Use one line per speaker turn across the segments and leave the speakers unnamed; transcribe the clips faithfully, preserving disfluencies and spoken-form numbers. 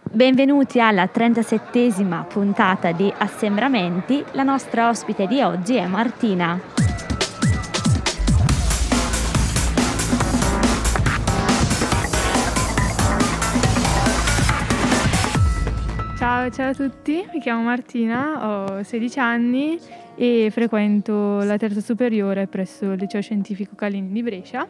Benvenuti alla trentasettesima puntata di Assembramenti. La nostra ospite di oggi è Martina.
Ciao, ciao a tutti, mi chiamo Martina, ho sedici anni e frequento la terza superiore presso il Liceo Scientifico Calini di Brescia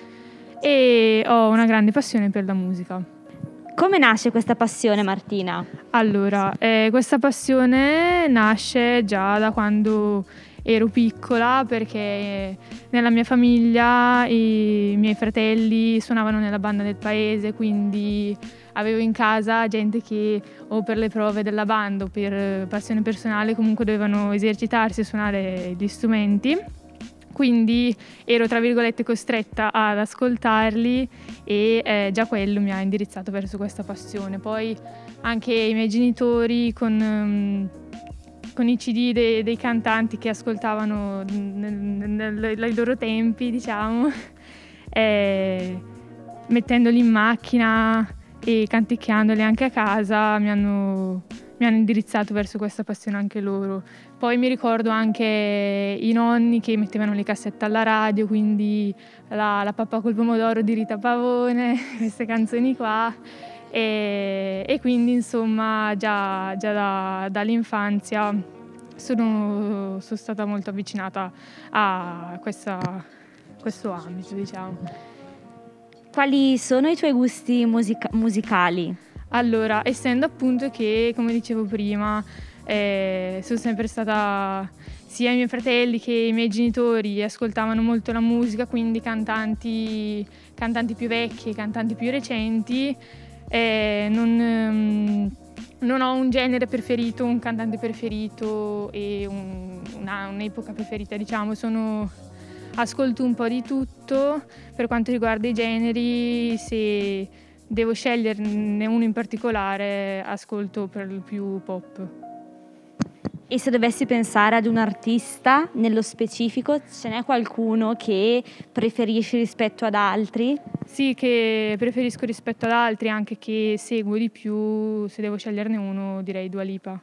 e ho una grande passione per la musica.
Come nasce questa passione, Martina?
Allora, eh, questa passione nasce già da quando ero piccola, perché nella mia famiglia i miei fratelli suonavano nella banda del paese, quindi avevo in casa gente che o per le prove della banda o per passione personale comunque dovevano esercitarsi e suonare gli strumenti. Quindi ero tra virgolette costretta ad ascoltarli e eh, già quello mi ha indirizzato verso questa passione. Poi anche i miei genitori con, um, con i C D dei, dei cantanti che ascoltavano nel, nel, nei loro tempi, diciamo, eh, mettendoli in macchina e canticchiandoli anche a casa mi hanno, mi hanno indirizzato verso questa passione anche loro. Poi mi ricordo anche i nonni che mettevano le cassette alla radio, quindi la, la pappa col pomodoro di Rita Pavone, queste canzoni qua. E, e quindi insomma già, già da, dall'infanzia sono, sono stata molto avvicinata a questa, questo ambito, diciamo.
Quali sono i tuoi gusti musica- musicali?
Allora, essendo appunto che, come dicevo prima, Eh, sono sempre stata, sia i miei fratelli che i miei genitori ascoltavano molto la musica, quindi cantanti, cantanti più vecchi, cantanti più recenti. Eh, non, um, non ho un genere preferito, un cantante preferito e un, una, un'epoca preferita, diciamo. Sono, ascolto un po' di tutto. Per quanto riguarda i generi, se devo sceglierne uno in particolare, ascolto per lo più pop.
E se dovessi pensare ad un artista nello specifico, ce n'è qualcuno che preferisci rispetto ad altri?
Sì, che preferisco rispetto ad altri, anche che seguo di più. Se devo sceglierne uno, direi Dua Lipa.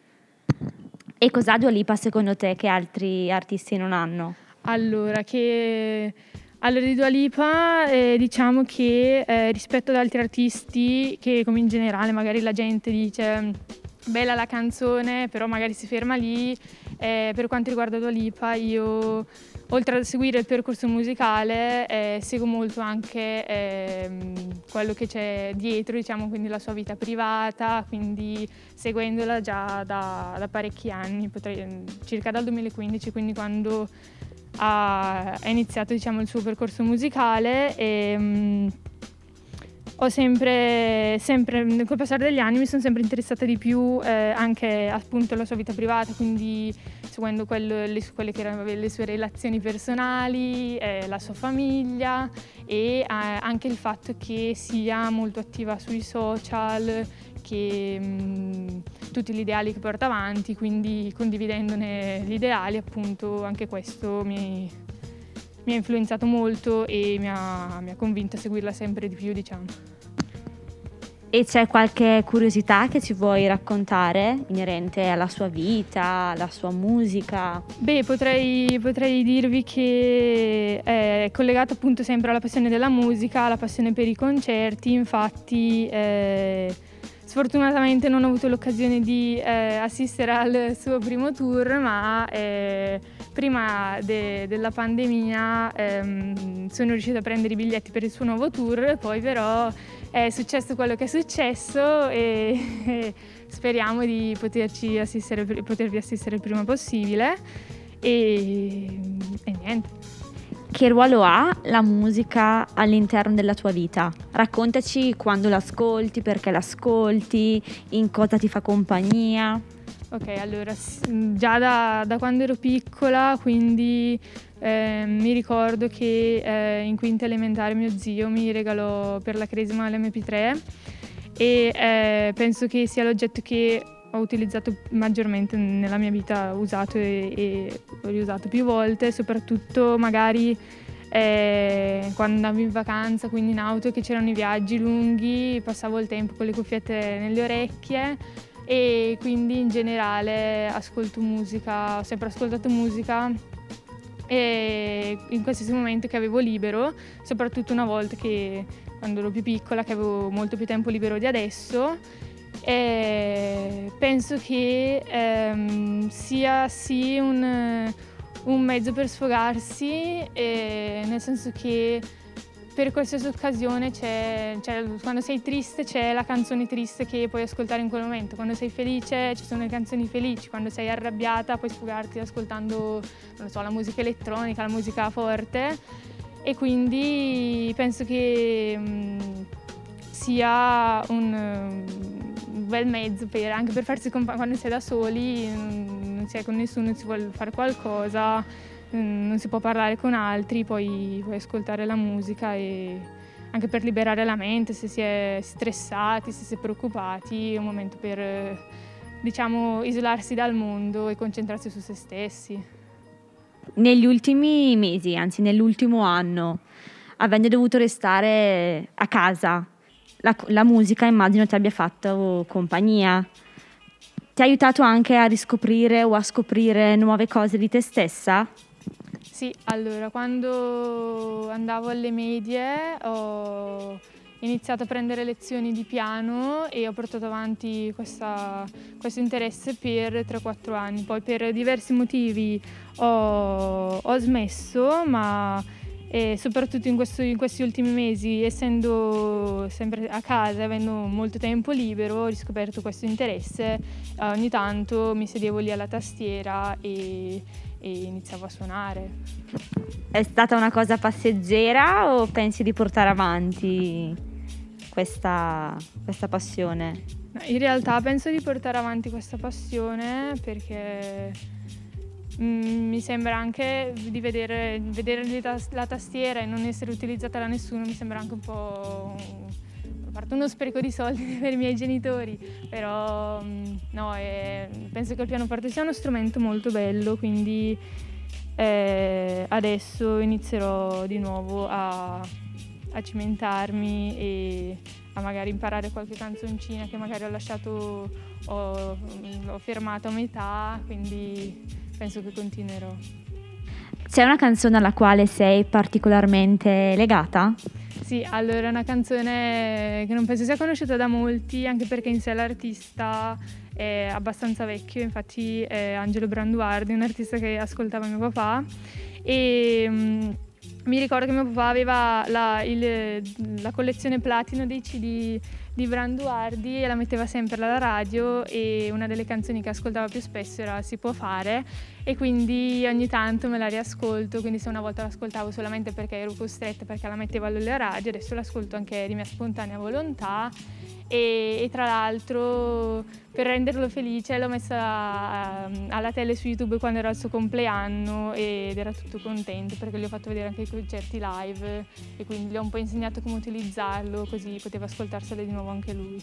E cos'ha Dua Lipa secondo te che altri artisti non hanno?
Allora, che... Allora, di Dua Lipa eh, diciamo che eh, rispetto ad altri artisti, che come in generale magari la gente dice bella la canzone, però magari si ferma lì. Eh, per quanto riguarda Dua Lipa, io oltre a seguire il percorso musicale eh, seguo molto anche eh, quello che c'è dietro, diciamo, quindi la sua vita privata, quindi seguendola già da, da parecchi anni, potrei, circa dal duemilaquindici, quindi quando ha, ha iniziato, diciamo, il suo percorso musicale. E, mh, Ho sempre, sempre, col passare degli anni mi sono sempre interessata di più eh, anche appunto alla sua vita privata, quindi seguendo quello, le, quelle che erano le sue relazioni personali, eh, la sua famiglia e eh, anche il fatto che sia molto attiva sui social, che mh, tutti gli ideali che porta avanti, quindi condividendone gli ideali, appunto anche questo mi... mi ha influenzato molto e mi ha, mi ha convinto a seguirla sempre di più, diciamo.
E c'è qualche curiosità che ci vuoi raccontare inerente alla sua vita, alla sua musica?
Beh, potrei, potrei dirvi che è collegata appunto sempre alla passione della musica, alla passione per i concerti. Infatti eh, sfortunatamente non ho avuto l'occasione di eh, assistere al suo primo tour, ma eh, prima de- della pandemia ehm, sono riuscita a prendere i biglietti per il suo nuovo tour, poi però è successo quello che è successo e, e speriamo di poterci assistere, potervi assistere il prima possibile e, e niente.
Che ruolo ha la musica all'interno della tua vita? Raccontaci quando l'ascolti, perché l'ascolti, in cosa ti fa compagnia.
Ok, allora già da, da quando ero piccola, quindi eh, mi ricordo che eh, in quinta elementare mio zio mi regalò per la cresima l'emme pi tre e eh, penso che sia l'oggetto che ho utilizzato maggiormente nella mia vita, usato e, e ho riusato più volte, soprattutto magari E quando andavo in vacanza, quindi in auto, che c'erano i viaggi lunghi, passavo il tempo con le cuffiette nelle orecchie e quindi in generale ascolto musica, ho sempre ascoltato musica e in qualsiasi momento che avevo libero, soprattutto una volta che quando ero più piccola, che avevo molto più tempo libero di adesso. E penso che ehm, sia sì un, un mezzo per sfogarsi, e nel senso che per qualsiasi occasione c'è, c'è, quando sei triste c'è la canzone triste che puoi ascoltare in quel momento, quando sei felice ci sono le canzoni felici, quando sei arrabbiata puoi sfogarti ascoltando, non so, la musica elettronica, la musica forte, e quindi penso che mh, sia un, un bel mezzo per, anche per farsi compagnia quando sei da soli, non si è con nessuno, si vuole fare qualcosa, non si può parlare con altri, poi puoi ascoltare la musica, e anche per liberare la mente se si è stressati, se si è preoccupati, è un momento per, diciamo, isolarsi dal mondo e concentrarsi su se stessi.
Negli ultimi mesi, anzi nell'ultimo anno, avendo dovuto restare a casa, la, la musica immagino ti abbia fatto compagnia. Ti ha aiutato anche a riscoprire o a scoprire nuove cose di te stessa?
Sì, allora, quando andavo alle medie ho iniziato a prendere lezioni di piano e ho portato avanti questa, questo interesse per tre quattro anni. Poi per diversi motivi ho, ho smesso, ma e soprattutto in, questo, in questi ultimi mesi, essendo sempre a casa e avendo molto tempo libero, ho riscoperto questo interesse. Ogni tanto mi sedevo lì alla tastiera e e iniziavo a suonare.
È stata una cosa passeggera o pensi di portare avanti questa, questa passione?
No, in realtà penso di portare avanti questa passione perché mm, mi sembra anche di vedere, vedere la tastiera e non essere utilizzata da nessuno, mi sembra anche un po'... a parte uno spreco di soldi per i miei genitori, però no, eh, penso che il pianoforte sia uno strumento molto bello, quindi eh, adesso inizierò di nuovo a, a cimentarmi e a magari imparare qualche canzoncina che magari ho lasciato, ho, ho fermato a metà, quindi penso che continuerò.
C'è una canzone alla quale sei particolarmente legata?
Sì, allora è una canzone che non penso sia conosciuta da molti, anche perché in sé l'artista è abbastanza vecchio, infatti è Angelo Branduardi, un artista che ascoltava mio papà, e um, mi ricordo che mio papà aveva la, il, la collezione platino dei C D di Branduardi e la metteva sempre alla radio, e una delle canzoni che ascoltava più spesso era Si può fare, e quindi ogni tanto me la riascolto, quindi se una volta l'ascoltavo solamente perché ero costretta, perché la mettevo alla radio, adesso l'ascolto anche di mia spontanea volontà, e, e tra l'altro per renderlo felice l'ho messa alla tele su YouTube quando era il suo compleanno ed era tutto contento perché gli ho fatto vedere anche i concerti live e quindi gli ho un po' insegnato come utilizzarlo, così poteva ascoltarselo di nuovo anche lui.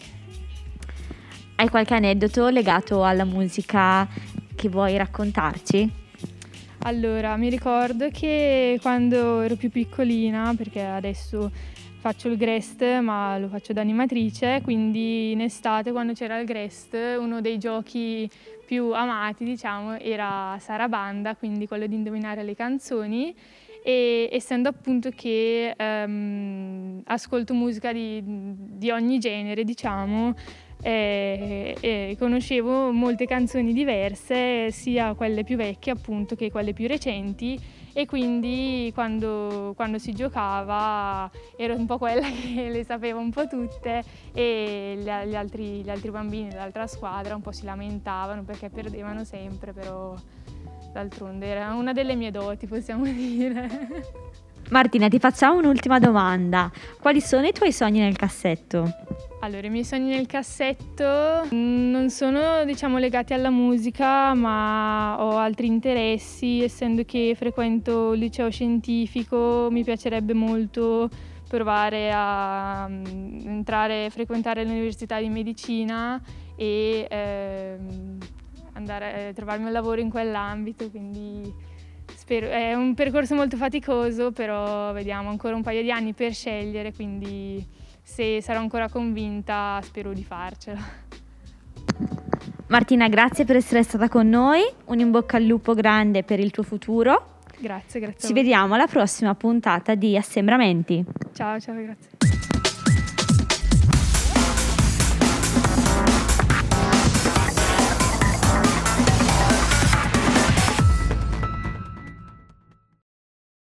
Hai qualche aneddoto legato alla musica che vuoi raccontarci?
Allora, mi ricordo che quando ero più piccolina, perché adesso faccio il Grest, ma lo faccio da animatrice, quindi in estate quando c'era il Grest uno dei giochi più amati, diciamo, era Sarabanda, quindi quello di indovinare le canzoni, e essendo appunto che ehm, ascolto musica di, di ogni genere, diciamo, E, e conoscevo molte canzoni diverse, sia quelle più vecchie appunto che quelle più recenti, e quindi quando, quando si giocava ero un po' quella che le sapeva un po' tutte, e gli, gli, altri, gli altri bambini dell'altra squadra un po' si lamentavano perché perdevano sempre, però d'altronde era una delle mie doti, possiamo dire.
Martina, ti facciamo un'ultima domanda. Quali sono i tuoi sogni nel cassetto?
Allora, i miei sogni nel cassetto non sono, diciamo, legati alla musica, ma ho altri interessi. Essendo che frequento il liceo scientifico, mi piacerebbe molto provare a entrare, frequentare l'università di medicina e eh, andare a trovarmi un lavoro in quell'ambito, quindi spero, è un percorso molto faticoso, però vediamo, ancora un paio di anni per scegliere, quindi se sarò ancora convinta spero di farcela.
Martina, grazie per essere stata con noi, un in bocca al lupo grande per il tuo futuro.
Grazie, grazie.
Ci vediamo alla prossima puntata di Assembramenti.
Ciao, ciao, grazie.